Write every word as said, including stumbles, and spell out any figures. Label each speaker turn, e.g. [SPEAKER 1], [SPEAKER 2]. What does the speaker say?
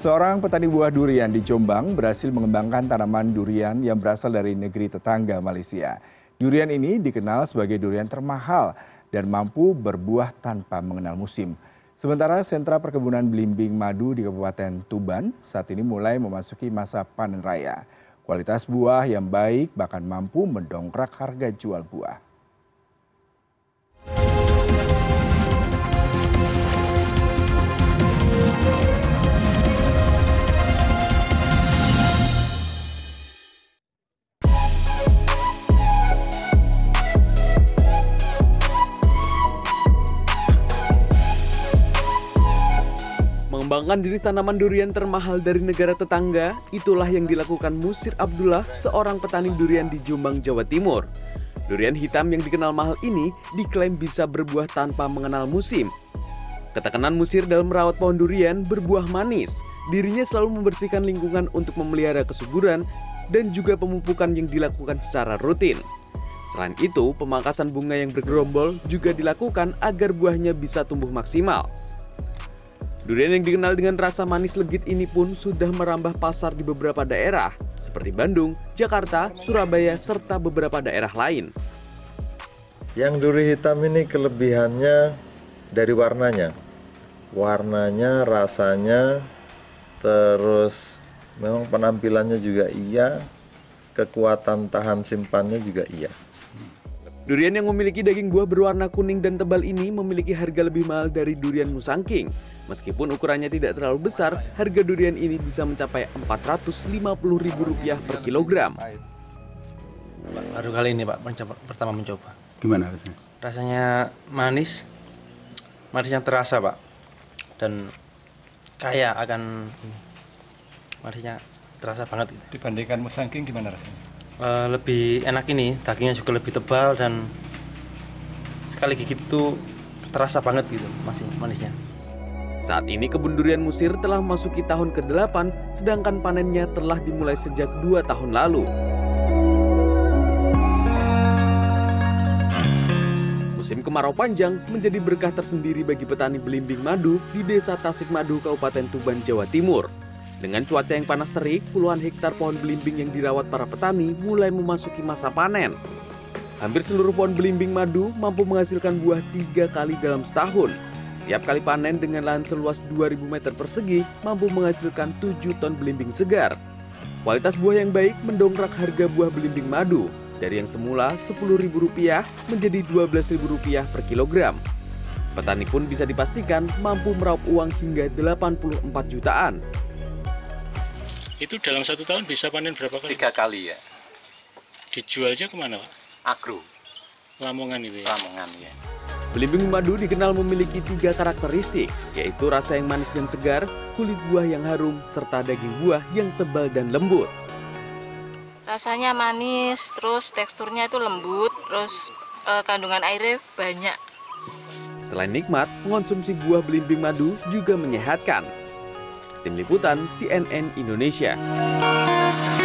[SPEAKER 1] Seorang petani buah durian di Jombang berhasil mengembangkan tanaman durian yang berasal dari negeri tetangga Malaysia. Durian ini dikenal sebagai durian termahal dan mampu berbuah tanpa mengenal musim. Sementara sentra perkebunan belimbing madu di Kabupaten Tuban saat ini mulai memasuki masa panen raya. Kualitas buah yang baik bahkan mampu mendongkrak harga jual buah.
[SPEAKER 2] Mengembangkan jenis tanaman durian termahal dari negara tetangga, itulah yang dilakukan Musir Abdullah, seorang petani durian di Jombang, Jawa Timur. Durian hitam yang dikenal mahal ini diklaim bisa berbuah tanpa mengenal musim. Ketekanan Musir dalam merawat pohon durian berbuah manis. Dirinya selalu membersihkan lingkungan untuk memelihara kesuburan dan juga pemupukan yang dilakukan secara rutin. Selain itu, pemangkasan bunga yang bergerombol juga dilakukan agar buahnya bisa tumbuh maksimal. Durian yang dikenal dengan rasa manis legit ini pun sudah merambah pasar di beberapa daerah, seperti Bandung, Jakarta, Surabaya, serta beberapa daerah lain.
[SPEAKER 3] Yang duri hitam ini kelebihannya dari warnanya. Warnanya, rasanya, terus memang penampilannya juga iya, kekuatan tahan simpannya juga iya.
[SPEAKER 2] Durian yang memiliki daging buah berwarna kuning dan tebal ini memiliki harga lebih mahal dari durian musangking. Meskipun ukurannya tidak terlalu besar, harga durian ini bisa mencapai empat ratus lima puluh ribu rupiah per kilogram.
[SPEAKER 4] Baru kali ini Pak, mencoba, pertama mencoba.
[SPEAKER 5] Gimana rasanya?
[SPEAKER 4] Rasanya manis, manisnya terasa Pak, dan kaya akan manisnya terasa banget. Gitu.
[SPEAKER 5] Dibandingkan musangking gimana rasanya?
[SPEAKER 4] Uh, lebih enak ini, dagingnya juga lebih tebal dan sekali gigit itu terasa banget gitu, masih manisnya.
[SPEAKER 2] Saat ini kebun durian Musir telah memasuki tahun kedelapan, sedangkan panennya telah dimulai sejak dua tahun lalu. Musim kemarau panjang menjadi berkah tersendiri bagi petani belimbing madu di Desa Tasikmadu, Kabupaten Tuban, Jawa Timur. Dengan cuaca yang panas terik, puluhan hektar pohon belimbing yang dirawat para petani mulai memasuki masa panen. Hampir seluruh pohon belimbing madu mampu menghasilkan buah tiga kali dalam setahun. Setiap kali panen dengan lahan seluas dua ribu meter persegi mampu menghasilkan tujuh ton belimbing segar. Kualitas buah yang baik mendongkrak harga buah belimbing madu dari yang semula sepuluh ribu rupiah menjadi dua belas ribu rupiah per kilogram. Petani pun bisa dipastikan mampu meraup uang hingga delapan puluh empat jutaan.
[SPEAKER 6] Itu dalam satu tahun bisa panen berapa kali?
[SPEAKER 7] Tiga kali ya.
[SPEAKER 6] Dijualnya kemana Pak?
[SPEAKER 7] Agro.
[SPEAKER 6] Lamongan itu ya?
[SPEAKER 7] Lamongan ya.
[SPEAKER 2] Belimbing madu dikenal memiliki tiga karakteristik, yaitu rasa yang manis dan segar, kulit buah yang harum, serta daging buah yang tebal dan lembut.
[SPEAKER 8] Rasanya manis, terus teksturnya itu lembut, terus eh, kandungan airnya banyak.
[SPEAKER 2] Selain nikmat, mengonsumsi buah belimbing madu juga menyehatkan. Tim Liputan C N N Indonesia.